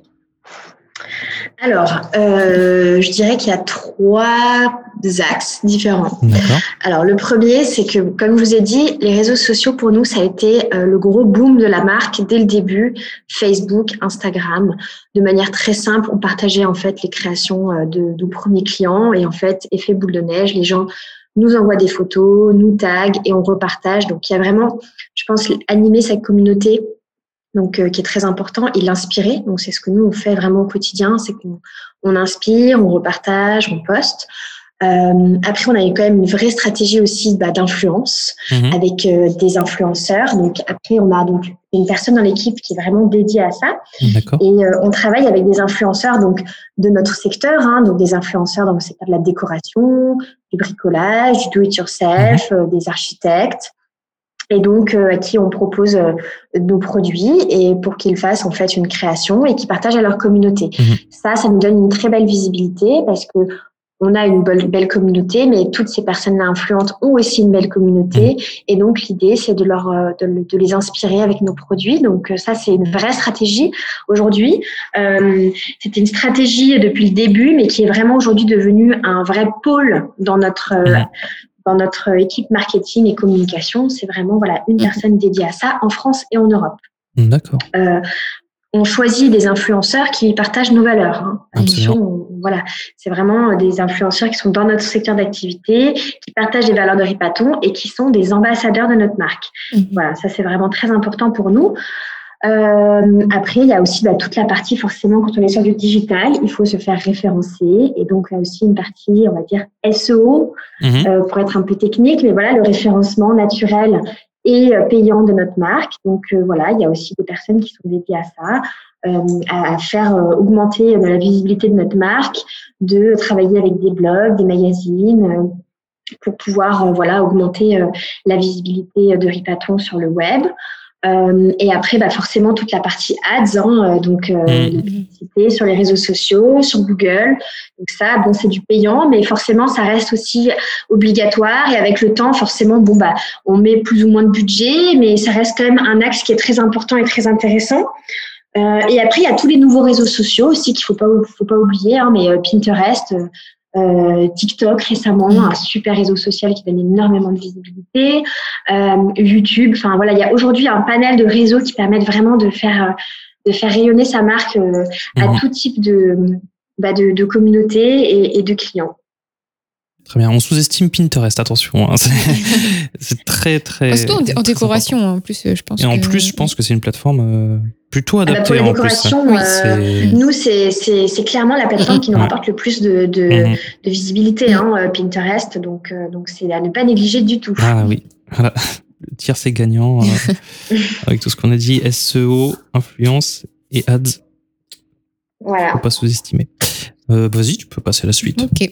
Alors, je dirais qu'il y a 3 axes différents. D'accord. Alors, le premier, c'est que, comme je vous ai dit, les réseaux sociaux, pour nous, ça a été le gros boom de la marque dès le début. Facebook, Instagram, de manière très simple, on partageait en fait les créations de nos premiers clients et en fait, effet boule de neige, les gens nous envoient des photos, nous taguent et on repartage. Donc, il y a vraiment, je pense, animer sa communauté, donc qui est très important, et l'inspirer. Donc, c'est ce que nous, on fait vraiment au quotidien, c'est qu'on inspire, on repartage, on poste. Après, on a eu quand même une vraie stratégie aussi d'influence avec des influenceurs. Donc, après, on a donc une personne dans l'équipe qui est vraiment dédiée à ça. D'accord. Et on travaille avec des influenceurs donc de notre secteur, donc des influenceurs dans le secteur de la décoration, du bricolage, du do-it-yourself, des architectes. Et donc, à qui on propose nos produits et pour qu'ils fassent en fait une création et qu'ils partagent à leur communauté. Ça nous donne une très belle visibilité parce que on a une belle communauté, mais toutes ces personnes-là influentes ont aussi une belle communauté. Et donc, l'idée, c'est de les inspirer avec nos produits. Donc, ça, c'est une vraie stratégie aujourd'hui. C'était une stratégie depuis le début, mais qui est vraiment aujourd'hui devenue un vrai pôle dans notre équipe marketing et communication. C'est vraiment une personne dédiée à ça en France et en Europe. D'accord. on choisit des influenceurs qui partagent nos valeurs. Hein. Voilà, c'est vraiment des influenceurs qui sont dans notre secteur d'activité, qui partagent les valeurs de Ripaton et qui sont des ambassadeurs de notre marque. Voilà, ça c'est vraiment très important pour nous. Après, il y a aussi toute la partie, forcément, quand on est sur du digital, il faut se faire référencer. Et donc, il y a aussi une partie, on va dire, SEO, pour être un peu technique, mais voilà, le référencement naturel et payant de notre marque. Donc, voilà, il y a aussi des personnes qui sont dédiées à ça, à faire augmenter la visibilité de notre marque, de travailler avec des blogs, des magazines, pour pouvoir, augmenter la visibilité de Ripaton sur le web. Et après, forcément, toute la partie ads, les publicités sur les réseaux sociaux, sur Google. Donc ça, c'est du payant, mais forcément, ça reste aussi obligatoire. Et avec le temps, forcément, on met plus ou moins de budget, mais ça reste quand même un axe qui est très important et très intéressant. Et après, il y a tous les nouveaux réseaux sociaux aussi qu'il faut pas oublier, mais Pinterest, TikTok récemment, un super réseau social qui donne énormément de visibilité, YouTube, il y a aujourd'hui un panel de réseaux qui permettent vraiment de faire rayonner sa marque à tout type de communauté et de clients. Très bien, on sous-estime Pinterest, attention. Hein. C'est très, très... Surtout en décoration, en plus, je pense. Et en plus, je pense que c'est une plateforme plutôt adaptée. Pour la décoration, nous, c'est clairement la plateforme qui nous rapporte le plus de visibilité, Pinterest. Donc, c'est à ne pas négliger du tout. Ah oui, voilà. Le tiers, c'est gagnant. Avec tout ce qu'on a dit, SEO, influence et ads. Voilà. Faut pas sous-estimer. Vas-y, tu peux passer à la suite. Ok.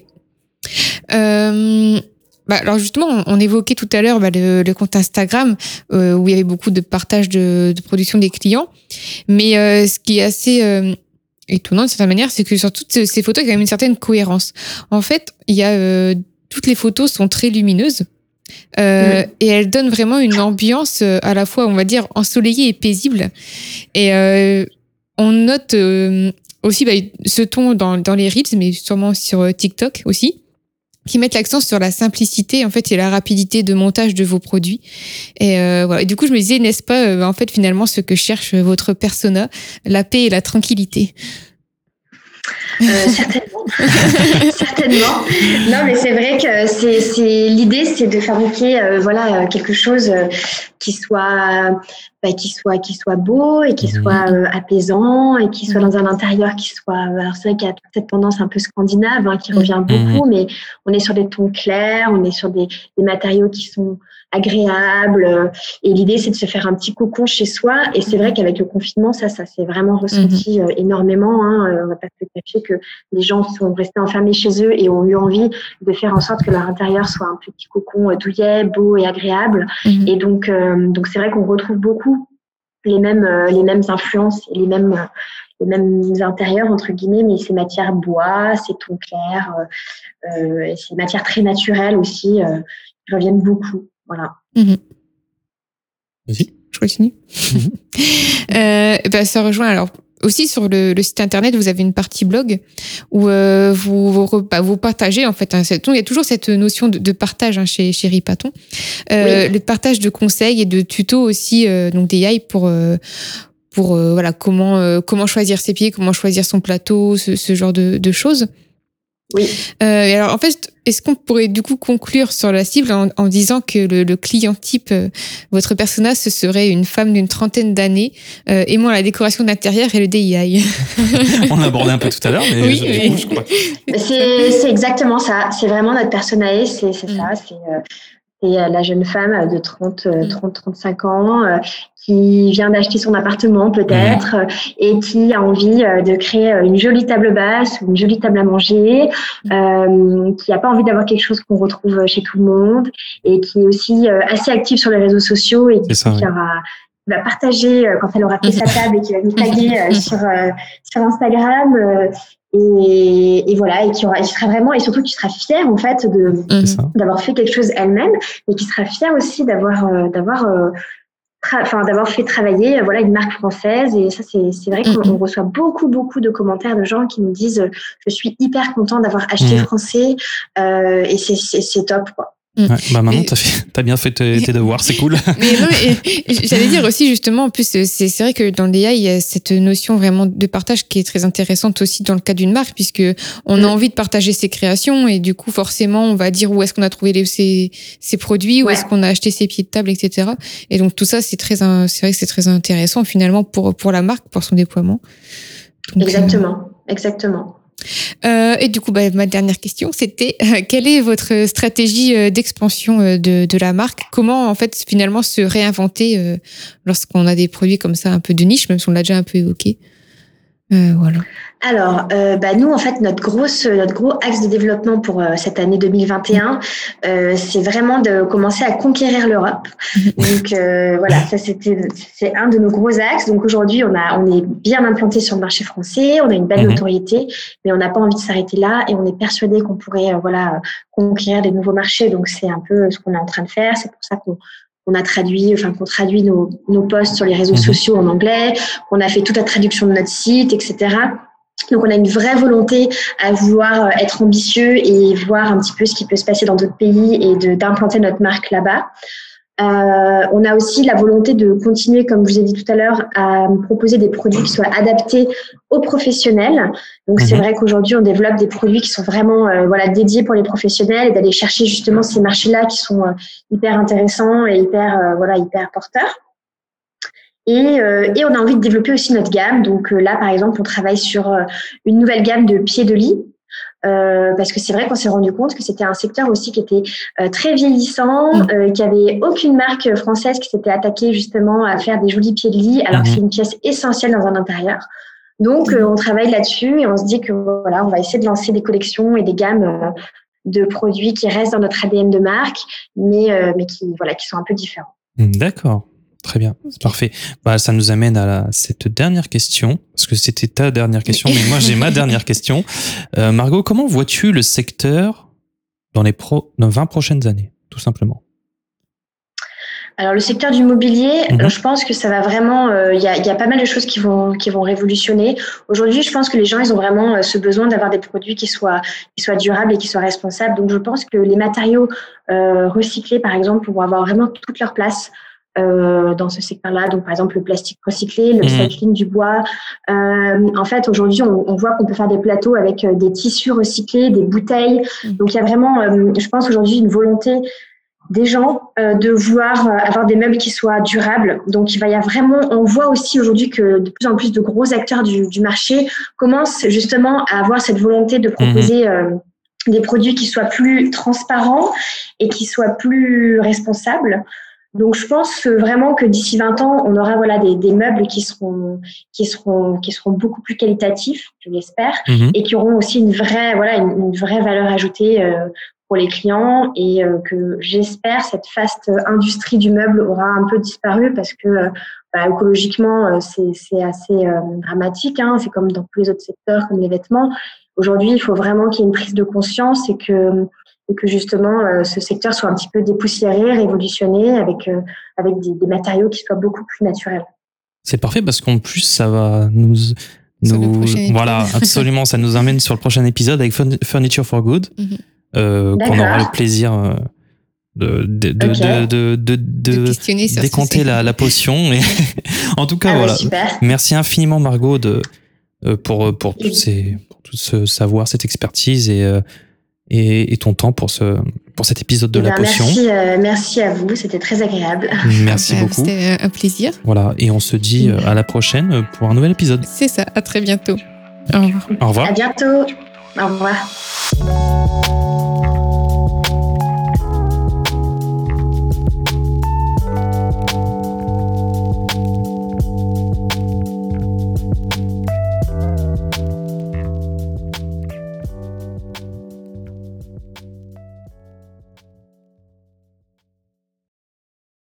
Alors justement, on évoquait tout à l'heure le compte Instagram où il y avait beaucoup de partage de production des clients. Mais ce qui est assez étonnant de certaine manière, c'est que sur toutes ces photos, il y a quand même une certaine cohérence. En fait, il y a toutes les photos sont très lumineuses. Et elles donnent vraiment une ambiance à la fois, on va dire, ensoleillée et paisible. Et on note aussi ce ton dans les Reels, mais sûrement sur TikTok aussi, qui mettent l'accent sur la simplicité en fait et la rapidité de montage de vos produits. Et voilà. Et du coup, je me disais, n'est-ce pas en fait finalement ce que cherche votre persona, la paix et la tranquillité? Certainement. Certainement. Non, mais c'est vrai que l'idée, c'est de fabriquer quelque chose qui soit beau et qui soit apaisant et qui soit dans un intérieur qui soit. Alors c'est vrai qu'il y a toute cette tendance un peu scandinave qui revient beaucoup, mais on est sur des tons clairs, on est sur des matériaux qui sont agréables. Et l'idée, c'est de se faire un petit cocon chez soi. Et c'est vrai qu'avec le confinement, ça s'est vraiment ressenti énormément. On va pas se cacher que les gens sont restés enfermés chez eux et ont eu envie de faire en sorte que leur intérieur soit un petit cocon douillet, beau et agréable. Et donc c'est vrai qu'on retrouve beaucoup les mêmes influences et les mêmes intérieurs entre guillemets, mais ces matières bois, ces tons clairs, et ces matières très naturelles aussi qui reviennent beaucoup. Voilà. Vas-y. Je continue. Ça rejoint alors. Aussi sur le site internet, vous avez une partie blog où vous partagez en fait. Il y a toujours cette notion de partage chez Ripaton. Le partage de conseils et de tutos aussi, donc des AI pour comment choisir ses pieds, comment choisir son plateau, ce genre de choses. Oui. Et alors en fait, est-ce qu'on pourrait du coup conclure sur la cible en disant que le client type, votre persona, ce serait une femme d'une trentaine d'années, aimant la décoration d'intérieur et le DIY. On l'a abordé un peu tout à l'heure, mais je crois. C'est exactement ça. C'est vraiment notre personae, c'est ça. C'est la jeune femme de 30-35 ans qui vient d'acheter son appartement peut-être et qui a envie de créer une jolie table basse ou une jolie table à manger, qui n'a pas envie d'avoir quelque chose qu'on retrouve chez tout le monde et qui est aussi assez active sur les réseaux sociaux et qui va partager quand elle aura fait sa table et qui va nous taguer sur Instagram. Et voilà, et qui sera vraiment, et surtout qui sera fière en fait d'avoir fait quelque chose elle-même, et qui sera fière aussi d'avoir fait travailler une marque française. Et ça, c'est vrai qu'on reçoit beaucoup de commentaires de gens qui nous disent je suis hyper content d'avoir acheté français, et c'est top quoi. Ouais, maintenant, t'as bien fait tes devoirs, c'est cool. Mais non, et j'allais dire aussi, justement, en plus, c'est vrai que dans l'IA, il y a cette notion vraiment de partage qui est très intéressante aussi dans le cas d'une marque, puisque on a envie de partager ses créations, et du coup, forcément, on va dire où est-ce qu'on a trouvé ces produits, où est-ce qu'on a acheté ses pieds de table, etc. Et donc, tout ça, c'est vrai que c'est très intéressant, finalement, pour la marque, pour son déploiement. Donc, Exactement. Et du coup, ma dernière question, c'était quelle est votre stratégie d'expansion de la marque? Comment, en fait, finalement, se réinventer lorsqu'on a des produits comme ça, un peu de niche, même si on l'a déjà un peu évoqué? Voilà. Alors, nous, en fait, notre gros axe de développement pour cette année 2021, c'est vraiment de commencer à conquérir l'Europe. Donc, voilà, c'est un de nos gros axes. Donc, aujourd'hui, on est bien implanté sur le marché français, on a une belle notoriété, mais on n'a pas envie de s'arrêter là et on est persuadé qu'on pourrait, conquérir des nouveaux marchés. Donc, c'est un peu ce qu'on est en train de faire. C'est pour ça qu'on traduit nos posts sur les réseaux sociaux en anglais, qu'on a fait toute la traduction de notre site, etc. Donc, on a une vraie volonté à vouloir être ambitieux et voir un petit peu ce qui peut se passer dans d'autres pays et d'implanter notre marque là-bas. On a aussi la volonté de continuer, comme je vous ai dit tout à l'heure, à proposer des produits qui soient adaptés aux professionnels. Donc, c'est vrai qu'aujourd'hui, on développe des produits qui sont vraiment dédiés pour les professionnels et d'aller chercher justement ces marchés-là qui sont hyper intéressants et hyper porteurs. Et on a envie de développer aussi notre gamme. Donc là, par exemple, on travaille sur une nouvelle gamme de pieds de lit. Parce que c'est vrai qu'on s'est rendu compte que c'était un secteur aussi qui était très vieillissant, qu'il n'y avait aucune marque française qui s'était attaquée justement à faire des jolis pieds de lit, alors que c'est une pièce essentielle dans un intérieur. Donc, on travaille là-dessus et on se dit que on va essayer de lancer des collections et des gammes de produits qui restent dans notre ADN de marque, mais qui sont un peu différents. D'accord. Très bien, c'est parfait. Ça nous amène à cette dernière question, parce que c'était ta dernière question, mais moi j'ai ma dernière question. Margot, comment vois-tu le secteur dans les 20 prochaines années, tout simplement? Alors, le secteur du mobilier, je pense que ça va vraiment... y a pas mal de choses qui vont révolutionner. Aujourd'hui, je pense que les gens, ils ont vraiment ce besoin d'avoir des produits qui soient durables et qui soient responsables. Donc, je pense que les matériaux recyclés, par exemple, vont avoir vraiment toute leur place dans ce secteur-là. Donc, par exemple, le plastique recyclé, le recycling du bois. En fait, aujourd'hui, on voit qu'on peut faire des plateaux avec des tissus recyclés, des bouteilles. Donc, il y a vraiment, je pense, aujourd'hui, une volonté des gens de vouloir avoir des meubles qui soient durables. Donc, on voit aussi aujourd'hui que de plus en plus de gros acteurs du marché commencent justement à avoir cette volonté de proposer des produits qui soient plus transparents et qui soient plus responsables. Donc, je pense vraiment que d'ici 20 ans, on aura des meubles qui seront beaucoup plus qualitatifs, je l'espère, et qui auront aussi une vraie valeur ajoutée pour les clients, et que j'espère cette vaste industrie du meuble aura un peu disparu parce que écologiquement, c'est assez dramatique. C'est comme dans tous les autres secteurs, comme les vêtements. Aujourd'hui, il faut vraiment qu'il y ait une prise de conscience et que justement ce secteur soit un petit peu dépoussiéré, révolutionné avec des matériaux qui soient beaucoup plus naturels. C'est parfait parce qu'en plus ça va absolument, ça nous amène sur le prochain épisode avec Furniture for Good, qu'on aura le plaisir de décompter la potion. Et en tout cas, super. Merci infiniment Margot pour tout ce savoir, cette expertise et ton temps pour cet épisode de la potion. Merci à vous, c'était très agréable. Merci beaucoup. C'était un plaisir. Voilà, et on se dit à la prochaine pour un nouvel épisode. C'est ça, à très bientôt. Au revoir. Au revoir. À bientôt. Au revoir.